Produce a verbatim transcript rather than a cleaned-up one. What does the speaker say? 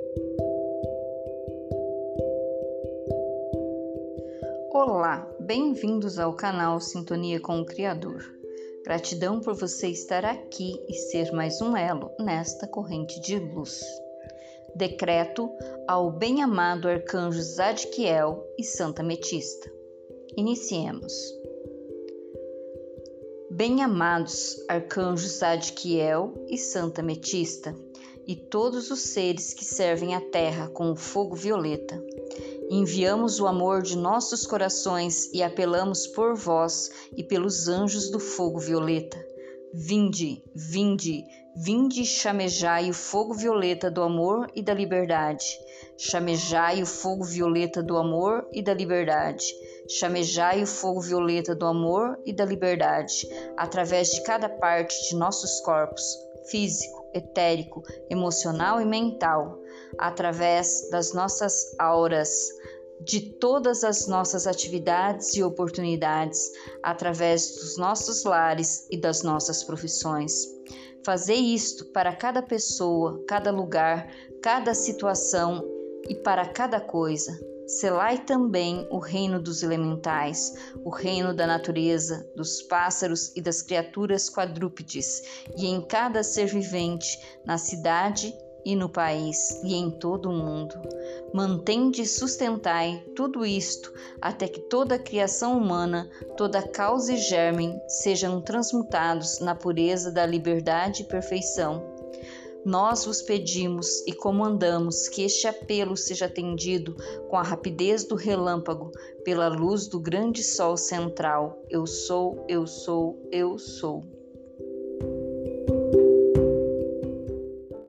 Olá, bem-vindos ao canal Sintonia com o Criador. Gratidão por você estar aqui e ser mais um elo nesta corrente de luz. Decreto ao bem-amado Arcanjo Zadkiel e Santa Ametista. Iniciemos. Bem-amados Arcanjos Zadkiel e Santa Ametista, e todos os seres que servem a Terra com o fogo violeta, enviamos o amor de nossos corações e apelamos por vós e pelos anjos do fogo violeta. Vinde, vinde, vinde, chamejai o fogo violeta do amor e da liberdade. Chamejai o fogo violeta do amor e da liberdade. Chamejai o fogo violeta do amor e da liberdade, através de cada parte de nossos corpos, físico, etérico, emocional e mental, através das nossas auras, de todas as nossas atividades e oportunidades, através dos nossos lares e das nossas profissões. Fazei isto para cada pessoa, cada lugar, cada situação e para cada coisa. Selai também o reino dos elementais, o reino da natureza, dos pássaros e das criaturas quadrúpedes, e em cada ser vivente, na cidade e no país, e em todo o mundo. Mantende e sustentai tudo isto, até que toda a criação humana, toda causa e germen, sejam transmutados na pureza da liberdade e perfeição. Nós vos pedimos e comandamos que este apelo seja atendido com a rapidez do relâmpago, pela luz do grande sol central. Eu sou, eu sou, eu sou.